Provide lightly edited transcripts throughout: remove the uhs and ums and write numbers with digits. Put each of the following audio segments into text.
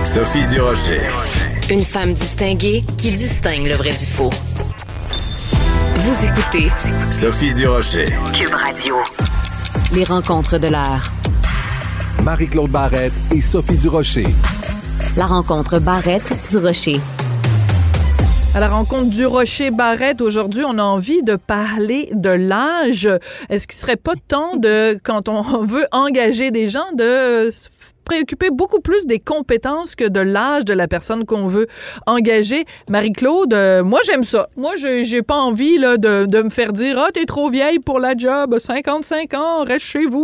Sophie Durocher. Une femme distinguée qui distingue le vrai du faux. Vous écoutez Sophie Durocher. Cube Radio. Les rencontres de l'heure. Marie-Claude Barrette et Sophie Durocher. La rencontre Barrette-Durocher. À la rencontre Durocher-Barrette, aujourd'hui, on a envie de parler de l'âge. Est-ce qu'il serait pas temps de, quand on veut engager des gens, de se préoccuper beaucoup plus des compétences que de l'âge de la personne qu'on veut engager? Marie-Claude, moi, j'aime ça. Moi, j'ai pas envie là, de me faire dire « Ah, t'es trop vieille pour la job, 55 ans, reste chez vous. »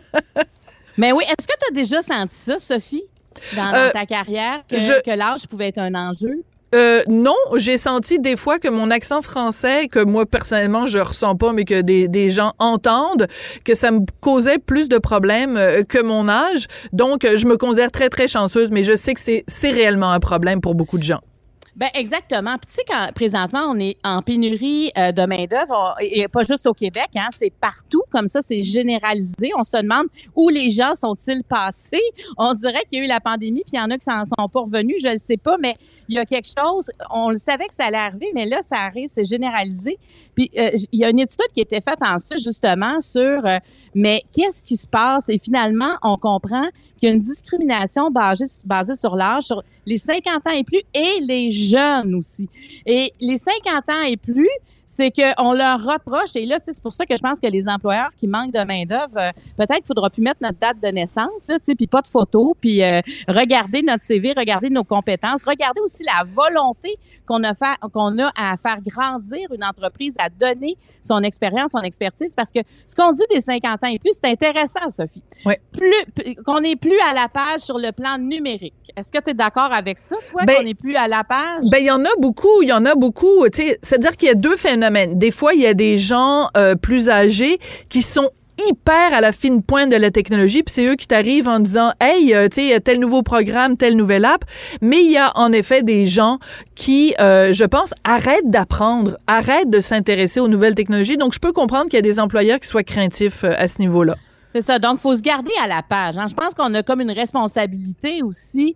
Mais oui, est-ce que tu as déjà senti ça, Sophie, dans ta carrière, que l'âge pouvait être un enjeu? Non, j'ai senti des fois que mon accent français, que moi personnellement je ressens pas, mais que des gens entendent, que ça me causait plus de problèmes que mon âge. Donc, je me considère très, très chanceuse, mais je sais que c'est réellement un problème pour beaucoup de gens. Ben exactement. Puis tu sais, quand présentement, on est en pénurie de main-d'œuvre, et pas juste au Québec, hein, c'est partout, comme ça, c'est généralisé. On se demande où les gens sont-ils passés. On dirait qu'il y a eu la pandémie, puis il y en a qui s'en sont pas revenus, je le sais pas, mais il y a quelque chose, on le savait que ça allait arriver, mais là, ça arrive, c'est généralisé. Puis il y a une étude qui a été faite ensuite, justement, sur mais qu'est-ce qui se passe? Et finalement, on comprend qu'il y a une discrimination basée sur l'âge, sur les 50 ans et plus, et les jeunes aussi. Et les 50 ans et plus, c'est qu'on leur reproche, et là, c'est pour ça que je pense que les employeurs qui manquent de main-d'œuvre, peut-être qu'il faudra plus mettre notre date de naissance, là, puis pas de photos, puis regarder notre CV, regarder nos compétences, regarder aussi la volonté qu'on a à faire grandir une entreprise, à donner son expérience, son expertise, parce que ce qu'on dit des 50 ans et plus, c'est intéressant, Sophie. Oui. Qu'on n'est plus à la page sur le plan numérique. Est-ce que tu es d'accord avec ça, toi, qu'on n'est plus à la page? Ben, il y en a beaucoup. Tu sais, c'est-à-dire qu'il y a deux phénomènes. Des fois, il y a des gens plus âgés qui sont hyper à la fine pointe de la technologie, puis c'est eux qui t'arrivent en disant « Hey, tu sais, tel nouveau programme, telle nouvelle app », mais il y a en effet des gens qui, je pense, arrêtent d'apprendre, arrêtent de s'intéresser aux nouvelles technologies. Donc, je peux comprendre qu'il y a des employeurs qui soient craintifs à ce niveau-là. C'est ça. Donc, il faut se garder à la page. Hein. Je pense qu'on a comme une responsabilité aussi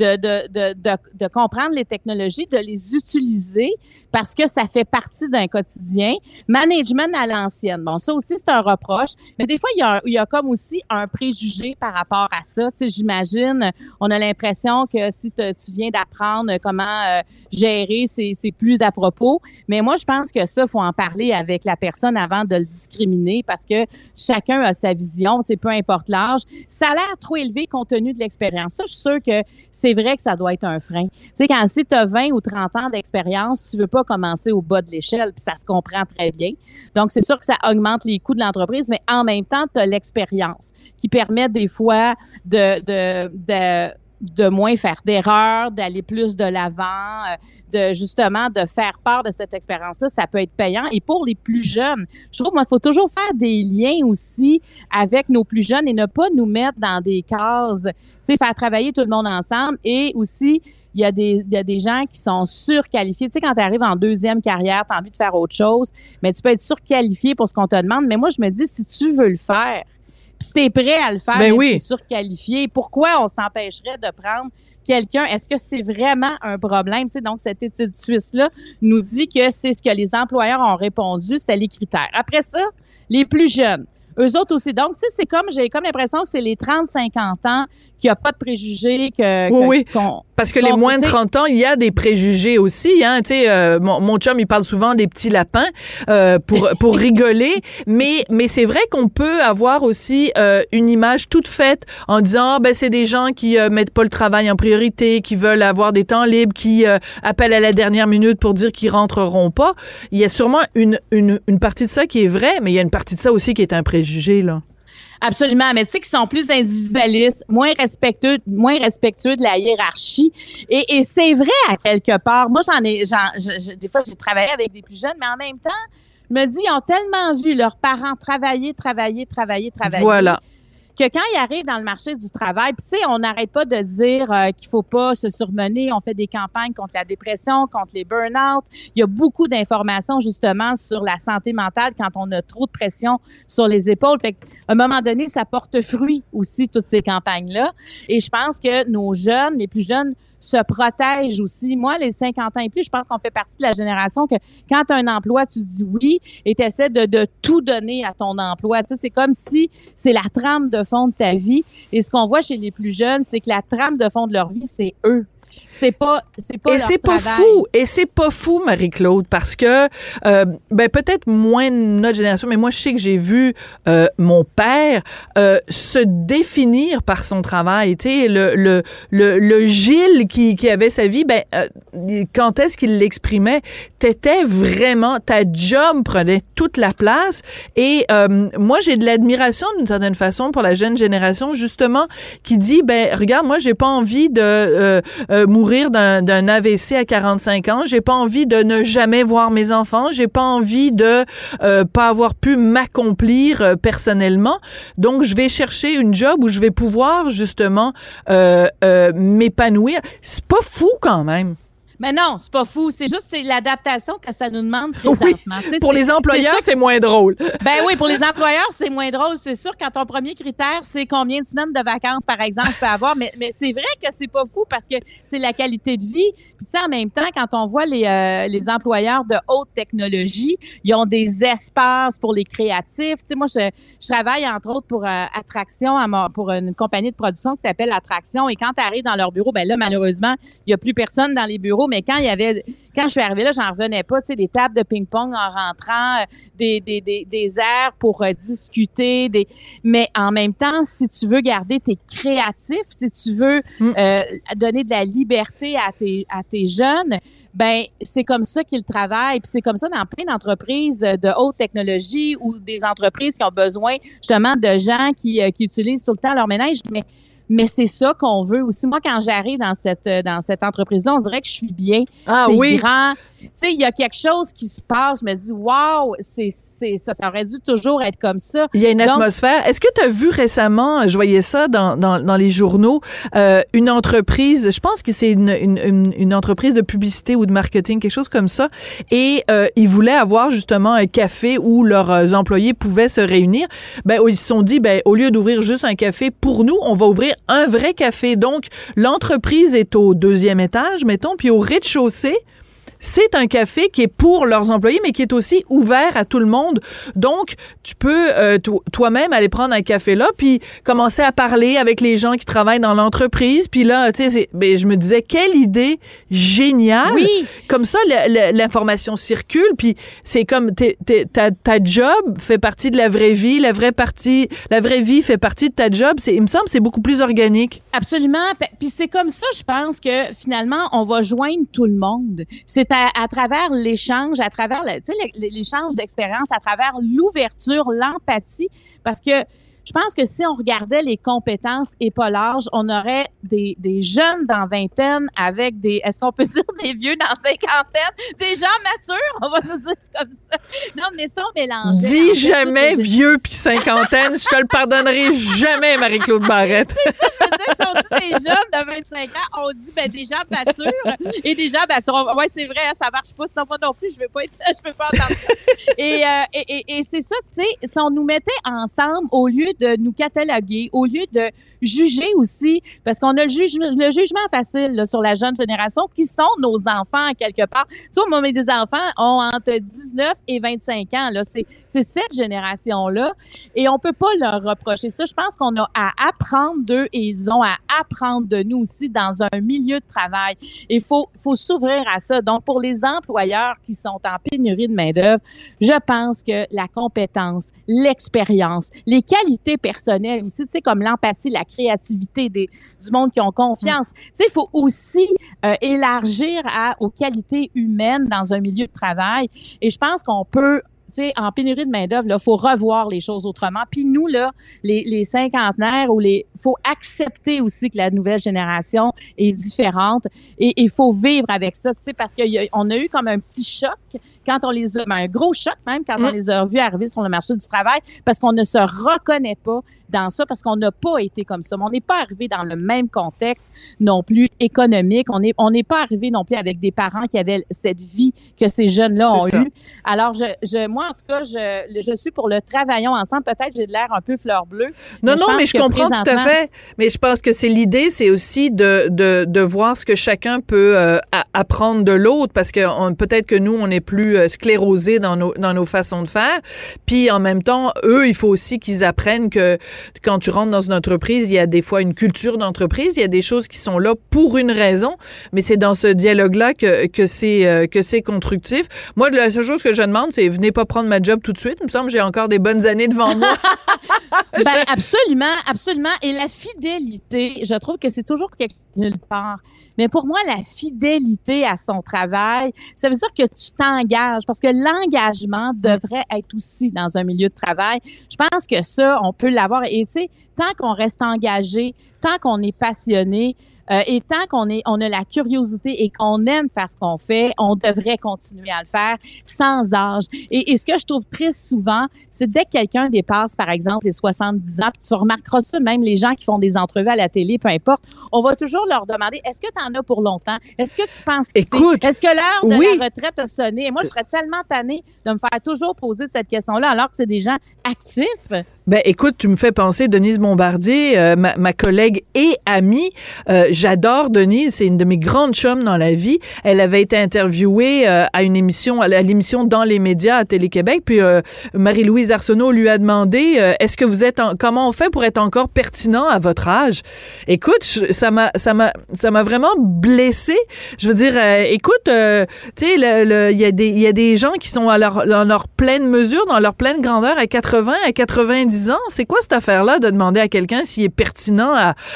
de comprendre les technologies, de les utiliser parce que ça fait partie d'un quotidien. Management à l'ancienne. Bon, ça aussi, c'est un reproche. Mais des fois, il y a comme aussi un préjugé par rapport à ça. Tu sais, j'imagine, on a l'impression que si tu viens d'apprendre comment gérer, c'est plus d'à propos. Mais moi, je pense que ça, faut en parler avec la personne avant de le discriminer parce que chacun a sa vision, tu sais, peu importe l'âge. Ça a l'air trop élevé compte tenu de l'expérience. Ça, je suis sûre que c'est vrai que ça doit être un frein. Tu sais, quand si tu as 20 ou 30 ans d'expérience, tu veux pas commencer au bas de l'échelle, puis ça se comprend très bien. Donc, c'est sûr que ça augmente les coûts de l'entreprise, mais en même temps, tu as l'expérience qui permet des fois de moins faire d'erreurs, d'aller plus de l'avant, justement de faire part de cette expérience-là, ça peut être payant. Et pour les plus jeunes, je trouve qu'il faut toujours faire des liens aussi avec nos plus jeunes et ne pas nous mettre dans des cases, tu sais, faire travailler tout le monde ensemble. Et aussi, il y a des gens qui sont surqualifiés. Tu sais, quand tu arrives en deuxième carrière, tu as envie de faire autre chose, mais tu peux être surqualifié pour ce qu'on te demande. Mais moi, je me dis, si tu veux le faire, puis si t'es prêt à le faire, ben oui. T'es surqualifié, pourquoi on s'empêcherait de prendre quelqu'un? Est-ce que c'est vraiment un problème? Tu sais, donc, cette étude suisse-là nous dit que c'est ce que les employeurs ont répondu, c'était les critères. Après ça, les plus jeunes, eux autres aussi. Donc, tu sais, j'ai comme l'impression que c'est les 30-50 ans qu'il n'y a pas de préjugés oui. Parce que les moins de 30 ans, il y a des préjugés aussi. Hein, tu sais, mon chum, il parle souvent des petits lapins pour rigoler. Mais c'est vrai qu'on peut avoir aussi une image toute faite en disant ben c'est des gens qui mettent pas le travail en priorité, qui veulent avoir des temps libres, qui appellent à la dernière minute pour dire qu'ils rentreront pas. Il y a sûrement une partie de ça qui est vraie, mais il y a une partie de ça aussi qui est un préjugé, là. Absolument, mais tu sais qu'ils sont plus individualistes, moins respectueux de la hiérarchie. Et c'est vrai à quelque part. Moi, des fois, j'ai travaillé avec des plus jeunes, mais en même temps, je me dis, ils ont tellement vu leurs parents travailler. Voilà. que quand ils arrivent dans le marché du travail, puis tu sais, on n'arrête pas de dire qu'il faut pas se surmener. On fait des campagnes contre la dépression, contre les burn-out. Il y a beaucoup d'informations justement sur la santé mentale quand on a trop de pression sur les épaules. Fait qu'à un moment donné, ça porte fruit aussi, toutes ces campagnes-là. Et je pense que nos jeunes, les plus jeunes, se protègent aussi. Moi, les 50 ans et plus, je pense qu'on fait partie de la génération que quand tu as un emploi, tu dis oui et tu essaies de tout donner à ton emploi. Tu sais, c'est comme si c'est la trame de fond de ta vie. Et ce qu'on voit chez les plus jeunes, c'est que la trame de fond de leur vie, c'est eux. C'est pas et leur c'est travail. pas fou. Et c'est pas fou, Marie-Claude, parce que peut-être moins de notre génération, mais moi je sais que j'ai vu mon père se définir par son travail. Tu sais, le Gilles qui avait sa vie, quand est-ce qu'il l'exprimait? T'étais vraiment, ta job prenait toute la place. Et moi j'ai de l'admiration d'une certaine façon pour la jeune génération justement qui dit regarde, moi j'ai pas envie de mourir d'un AVC à 45 ans. J'ai pas envie de ne jamais voir mes enfants. J'ai pas envie de pas avoir pu m'accomplir personnellement. Donc, je vais chercher une job où je vais pouvoir justement m'épanouir. C'est pas fou quand même. Mais non, c'est pas fou. C'est juste l'adaptation que ça nous demande présentement. Oui, pour les employeurs, c'est moins drôle. Ben oui, pour les employeurs, c'est moins drôle. C'est sûr, quand ton premier critère, c'est combien de semaines de vacances, par exemple, tu peux avoir. Mais c'est vrai que c'est pas fou parce que c'est la qualité de vie. Puis tu sais, en même temps, quand on voit les employeurs de haute technologie, ils ont des espaces pour les créatifs. Tu sais, moi, je travaille, entre autres, pour Attraction, pour une compagnie de production qui s'appelle Attraction. Et quand tu arrives dans leur bureau, ben là, malheureusement, il y a plus personne dans les bureaux. Mais quand je suis arrivée là, j'en revenais pas, tu sais, des tables de ping-pong en rentrant, des aires pour discuter, mais en même temps, si tu veux garder tes créatifs, si tu veux donner de la liberté à tes jeunes, ben c'est comme ça qu'ils travaillent, puis c'est comme ça dans plein d'entreprises de haute technologie ou des entreprises qui ont besoin justement de gens qui utilisent tout le temps leur ménage, mais c'est ça qu'on veut aussi. Moi, quand j'arrive dans cette entreprise-là, on dirait que je suis bien. Ah c'est oui. grand. Tu sais, il y a quelque chose qui se passe. Je me dis, wow, c'est ça aurait dû toujours être comme ça. Il y a une atmosphère. Est-ce que tu as vu récemment, je voyais ça dans les journaux, une entreprise, je pense que c'est une entreprise de publicité ou de marketing, quelque chose comme ça, et ils voulaient avoir justement un café où leurs employés pouvaient se réunir. Ils se sont dit, au lieu d'ouvrir juste un café pour nous, on va ouvrir un vrai café. Donc, l'entreprise est au 2e étage, mettons, puis au rez-de-chaussée, c'est un café qui est pour leurs employés, mais qui est aussi ouvert à tout le monde. Donc, tu peux toi-même aller prendre un café là, puis commencer à parler avec les gens qui travaillent dans l'entreprise. Puis là, tu sais, je me disais, quelle idée géniale! Oui. Comme ça, l'information circule, puis c'est comme ta job fait partie de la vraie vie, la vraie vie fait partie de ta job. Il me semble que c'est beaucoup plus organique. Absolument. Puis c'est comme ça, je pense que finalement, on va joindre tout le monde. C'est à travers l'échange, à travers l'échange d'expérience, à travers l'ouverture, l'empathie, parce que je pense que si on regardait les compétences et pas l'âge, on aurait des jeunes dans vingtaine avec est-ce qu'on peut dire des vieux dans cinquantaine, des gens matures, on va nous dire comme ça. Non, mais ça, on mélange. Dis jamais vieux puis cinquantaine, je te le pardonnerai jamais, Marie-Claude Barrette. C'est ça, je veux dire, si on dit des jeunes de 25 ans, on dit des gens matures et des gens matures. Ouais, c'est vrai, ça marche pas, sinon moi non plus, je veux pas entendre ça. Et c'est ça, tu sais, si on nous mettait ensemble au lieu de nous cataloguer, au lieu de juger aussi, parce qu'on a le jugement facile là, sur la jeune génération, qui sont nos enfants quelque part. Tu vois, moi, mes enfants ont entre 19 et 25 ans. Là, c'est cette génération-là, et on peut pas leur reprocher ça. Je pense qu'on a à apprendre d'eux et ils ont à apprendre de nous aussi dans un milieu de travail. Il faut s'ouvrir à ça. Donc, pour les employeurs qui sont en pénurie de main-d'œuvre, je pense que la compétence, l'expérience, les qualités personnelles aussi, tu sais, comme l'empathie, la créativité du monde qui ont confiance. Tu sais, il faut aussi élargir aux qualités humaines dans un milieu de travail. Et je pense qu'on peut, tu sais, en pénurie de main-d'œuvre, là, faut revoir les choses autrement. Puis nous, là, les cinquantenaires, faut accepter aussi que la nouvelle génération est différente et il faut vivre avec ça, tu sais, parce qu'on a eu comme un petit choc quand on les a, un gros choc même quand on les a vus arriver sur le marché du travail, parce qu'on ne se reconnaît pas dans ça, parce qu'on n'a pas été comme ça. Mais on n'est pas arrivé dans le même contexte non plus économique. On n'est pas arrivé non plus avec des parents qui avaient cette vie que ces jeunes-là ont eue. Alors, moi, en tout cas, je suis pour le travaillons ensemble. Peut-être j'ai de l'air un peu fleur bleue. Non, mais je comprends tout à fait. Mais je pense que c'est l'idée, c'est aussi de voir ce que chacun peut apprendre de l'autre, parce que peut-être que nous, on est plus sclérosés dans nos façons de faire. Puis, en même temps, eux, il faut aussi qu'ils apprennent que quand tu rentres dans une entreprise, il y a des fois une culture d'entreprise, il y a des choses qui sont là pour une raison, mais c'est dans ce dialogue-là que c'est constructif. Moi, la seule chose que je demande, c'est venez pas prendre ma job tout de suite. Il me semble que j'ai encore des bonnes années devant moi. Absolument, absolument. Et la fidélité, je trouve que c'est toujours quelque nulle part. Mais pour moi, la fidélité à son travail, ça veut dire que tu t'engages, parce que l'engagement devrait être aussi dans un milieu de travail. Je pense que ça, on peut l'avoir. Et tu sais, tant qu'on reste engagé, tant qu'on est passionné, et tant qu'on a la curiosité et qu'on aime faire ce qu'on fait, on devrait continuer à le faire sans âge. Et ce que je trouve triste souvent, c'est dès que quelqu'un dépasse, par exemple, les 70 ans, puis tu remarqueras ça, même les gens qui font des entrevues à la télé, peu importe, on va toujours leur demander, est-ce que tu en as pour longtemps? Est-ce que tu penses quitter? Est-ce que l'heure de la retraite a sonné? Et moi, je serais tellement tannée de me faire toujours poser cette question-là, alors que c'est des gens actifs. Ben, écoute, tu me fais penser, Denise Bombardier, ma collègue et amie. J'adore Denise, c'est une de mes grandes chums dans la vie. Elle avait été interviewée à l'émission Dans les médias à Télé-Québec, puis Marie-Louise Arsenault lui a demandé est-ce que vous êtes comment on fait pour être encore pertinent à votre âge? Écoute, ça m'a vraiment blessée. Je veux dire, écoute, tu sais, il y a des gens qui sont dans leur pleine mesure, dans leur pleine grandeur à 80, à 90 ans. C'est quoi cette affaire-là de demander à quelqu'un s'il est pertinent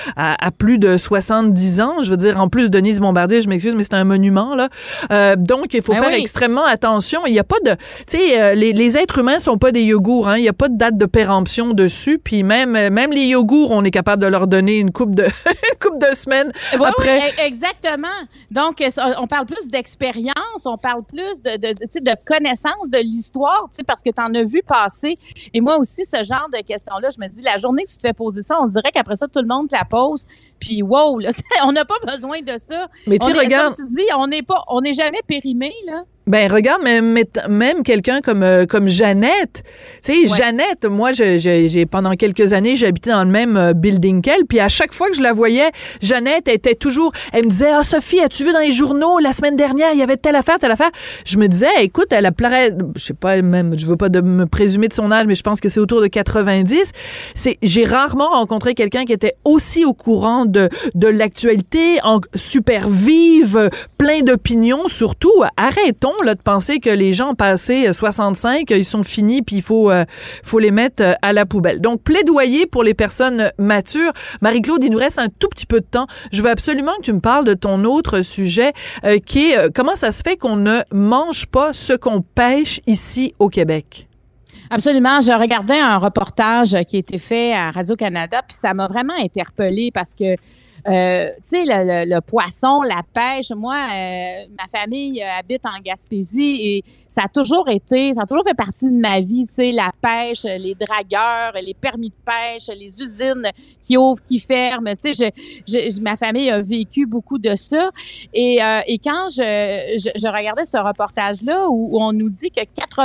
à plus de 70 ans? Je veux dire, en plus, Denise Bombardier, je m'excuse, mais c'est un monument, là. Donc, il faut faire extrêmement attention. Il n'y a pas de... Tu sais, les êtres humains sont pas des yogourts, hein. Il n'y a pas de date de péremption dessus. Puis même les yogourts, on est capable de leur donner une couple de semaines après. Oui, exactement. Donc, on parle plus d'expérience, on parle plus de connaissance de l'histoire, tu sais, parce que tu en as vu passer. Et moi aussi, ce genre de questions-là, je me dis, la journée que tu te fais poser ça, on dirait qu'après ça, tout le monde te la pose. Puis, wow, là, on n'a pas besoin de ça. Mais tu regarde. Comme tu dis, on n'est jamais périmé, là. Ben regarde, même quelqu'un comme Jeannette, tu sais, Jeannette, moi j'ai pendant quelques années j'ai habité dans le même building qu'elle, puis à chaque fois que je la voyais, Jeannette était toujours, elle me disait Sophie, as-tu vu dans les journaux la semaine dernière il y avait telle affaire. Je me disais écoute, elle pleurait, je sais pas, même je veux pas me présumer de son âge, mais je pense que c'est autour de 90. J'ai rarement rencontré quelqu'un qui était aussi au courant de l'actualité, super vive, plein d'opinions surtout. Arrêtons là, de penser que les gens passés 65, ils sont finis puis il faut les mettre à la poubelle. Donc, plaidoyer pour les personnes matures. Marie-Claude, il nous reste un tout petit peu de temps. Je veux absolument que tu me parles de ton autre sujet qui est comment ça se fait qu'on ne mange pas ce qu'on pêche ici au Québec? Absolument. Je regardais un reportage qui a été fait à Radio-Canada, puis ça m'a vraiment interpellée parce que tu sais, le poisson, la pêche, moi, ma famille habite en Gaspésie et ça a toujours fait partie de ma vie, tu sais, la pêche, les dragueurs, les permis de pêche, les usines qui ouvrent, qui ferment, tu sais, ma famille a vécu beaucoup de ça et quand je regardais ce reportage-là où on nous dit que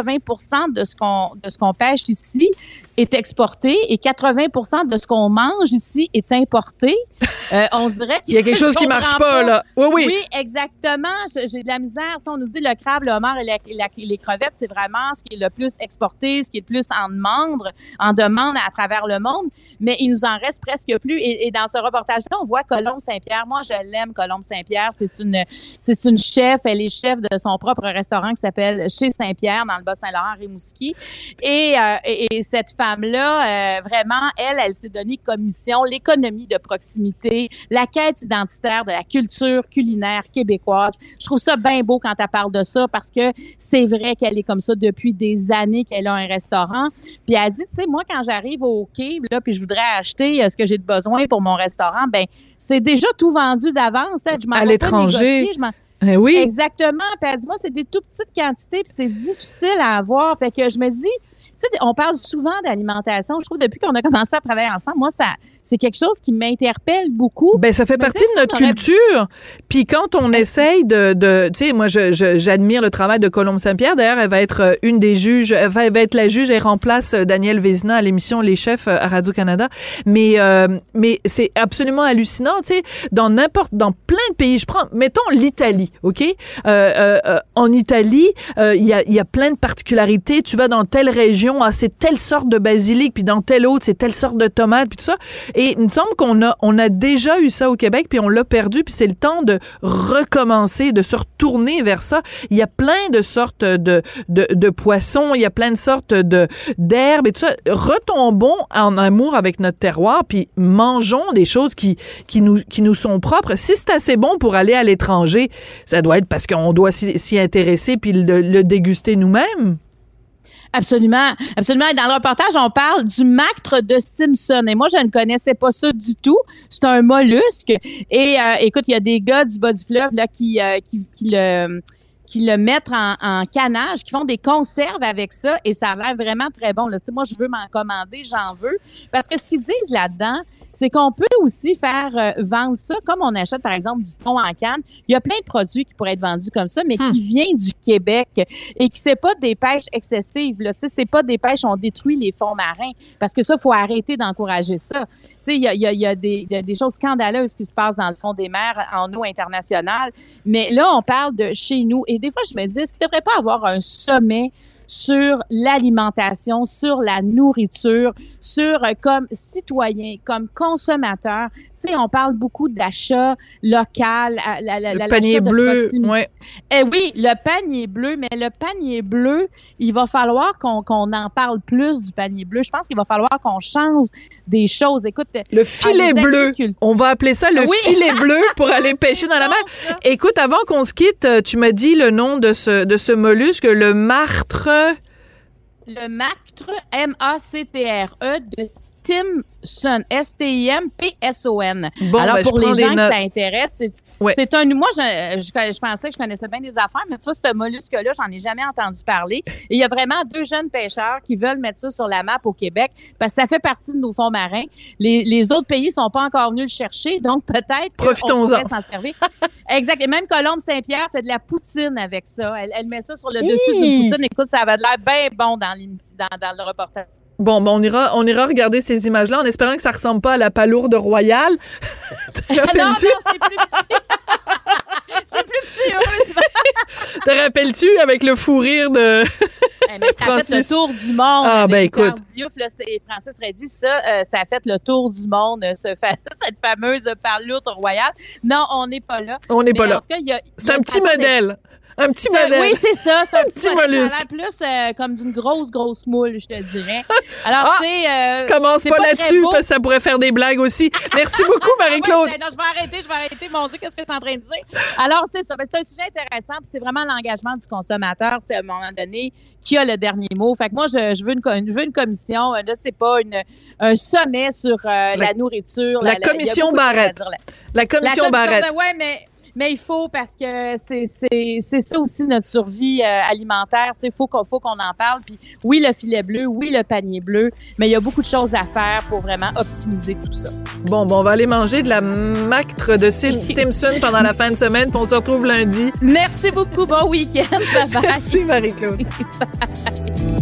80% de ce qu'on pêche ici est exporté et 80% de ce qu'on mange ici est importé. On dirait qu'il y a quelque chose qui marche pas, là. Oui. Oui, exactement. J'ai de la misère. Tu sais, on nous dit le crabe, le homard et les crevettes, c'est vraiment ce qui est le plus exporté, ce qui est le plus en demande à travers le monde. Mais il nous en reste presque plus. Et dans ce reportage-là, on voit Colombe Saint-Pierre. Moi, je l'aime, Colombe Saint-Pierre. C'est une chef. Elle est chef de son propre restaurant qui s'appelle Chez Saint-Pierre dans le Bas-Saint-Laurent, Rimouski. Et cette femme-là, vraiment, elle s'est donnée comme mission l'économie de proximité, la quête identitaire de la culture culinaire québécoise. Je trouve ça bien beau quand elle parle de ça parce que c'est vrai qu'elle est comme ça depuis des années qu'elle a un restaurant. Puis elle dit, tu sais, moi, quand j'arrive au quai, là, puis je voudrais acheter ce que j'ai de besoin pour mon restaurant, ben c'est déjà tout vendu d'avance. Hein. Je m'en à vais l'étranger. pas négocier. Oui. Exactement. Puis elle dit, moi, c'est des tout petites quantités, puis c'est difficile à avoir. Fait que je me dis, tu sais, on parle souvent d'alimentation. Je trouve depuis qu'on a commencé à travailler ensemble, moi, c'est quelque chose qui m'interpelle beaucoup. Ben, ça fait partie de notre culture. Puis quand on essaye tu sais, moi, j'admire le travail de Colombe Saint-Pierre. D'ailleurs, elle va être une des juges, elle va être la juge, elle remplace Daniel Vézina à l'émission Les Chefs à Radio-Canada. Mais c'est absolument hallucinant, tu sais, dans plein de pays. Mettons l'Italie, OK? En Italie, il y a plein de particularités. Tu vas dans telle région, c'est telle sorte de basilic, puis dans telle autre, c'est telle sorte de tomate, puis tout ça. Et il me semble qu'on a déjà eu ça au Québec, puis on l'a perdu, puis c'est le temps de recommencer, de se retourner vers ça. Il y a plein de sortes de poissons, il y a plein de sortes d'herbes et tout ça. Retombons en amour avec notre terroir, puis mangeons des choses qui nous sont propres. Si c'est assez bon pour aller à l'étranger, ça doit être parce qu'on doit s'y intéresser puis le déguster nous-mêmes. Absolument, absolument. Et dans le reportage, on parle du mactre de Stimson. Et moi, je ne connaissais pas ça du tout. C'est un mollusque. Et écoute, il y a des gars du bas du fleuve là qui le mettent en canage, qui font des conserves avec ça. Et ça a l'air vraiment très bon. Là. Tu sais, moi, je veux m'en commander, j'en veux. Parce que ce qu'ils disent là-dedans, c'est qu'on peut aussi faire vendre ça, comme on achète, par exemple, du thon en canne. Il y a plein de produits qui pourraient être vendus comme ça, mais qui viennent du Québec et qui c'est pas des pêches excessives. Là. Tu sais, c'est pas des pêches, on détruit les fonds marins. Parce que ça, faut arrêter d'encourager ça. Tu sais, il y a des choses scandaleuses qui se passent dans le fond des mers en eau internationale. Mais là, on parle de chez nous. Et des fois, je me dis, est-ce qu'il ne devrait pas avoir un sommet sur l'alimentation, sur la nourriture, sur comme citoyen, comme consommateur. Tu sais, on parle beaucoup d'achat local, le panier bleu, ouais. Oui, le panier bleu, mais le panier bleu, il va falloir qu'on en parle plus du panier bleu. Je pense qu'il va falloir qu'on change des choses. Écoute, le filet bleu, on va appeler ça le filet bleu pour aller pêcher dans la mer. Ça. Écoute, avant qu'on se quitte, tu m'as dit le nom de ce mollusque, le martre. Le mactre, M-A-C-T-R-E, de Stimson, S-T-I-M-P-S-O-N. Bon, alors, ben, pour les gens que ça intéresse, c'est un... Moi, je pensais que je connaissais bien des affaires, mais tu vois, ce mollusque-là, j'en ai jamais entendu parler. Et il y a vraiment 2 jeunes pêcheurs qui veulent mettre ça sur la map au Québec parce que ça fait partie de nos fonds marins. Les autres pays sont pas encore venus le chercher, donc peut-être qu'on pourrait s'en servir. Exact. Et même Colombe Saint-Pierre fait de la poutine avec ça. Elle met ça sur le dessus d'une poutine. Écoute, ça avait l'air bien bon dans le reportage. Bon, on ira regarder ces images-là en espérant que ça ressemble pas à la palourde royale. Non, c'est plus petit. C'est plus petit, heureusement. Te rappelles-tu avec le fou rire de mais ça Francis? A fait le tour du monde. Ah, ben écoute. Diouf, là, Francis Reddy, ça a fait le tour du monde, cette fameuse palourde royale. Non, on n'est pas là. On n'est pas là. En tout cas, c'est un petit modèle. Un petit modèle. Oui, c'est ça. C'est un petit modèle. mollusque. Ça a l'air plus comme d'une grosse moule, je te dirais. Alors, tu sais... commence pas là-dessus, parce que ça pourrait faire des blagues aussi. Merci beaucoup, Marie-Claude. Non, je vais arrêter. Mon Dieu, qu'est-ce que tu es en train de dire? Alors, c'est ça. C'est un sujet intéressant, puis c'est vraiment l'engagement du consommateur, tu sais, à un moment donné, qui a le dernier mot. Fait que moi, je veux une commission, je sais pas, un sommet sur la nourriture. La commission Barrette. La commission Barrette. Oui, mais il faut, parce que c'est ça aussi notre survie alimentaire. Il faut qu'on en parle. Puis oui, le filet bleu, oui, le panier bleu, mais il y a beaucoup de choses à faire pour vraiment optimiser tout ça. Bon, on va aller manger de la mactre de Stimson pendant la fin de semaine, puis on se retrouve lundi. Merci beaucoup. Bon week-end. Bye bye. Merci, Marie-Claude. Bye.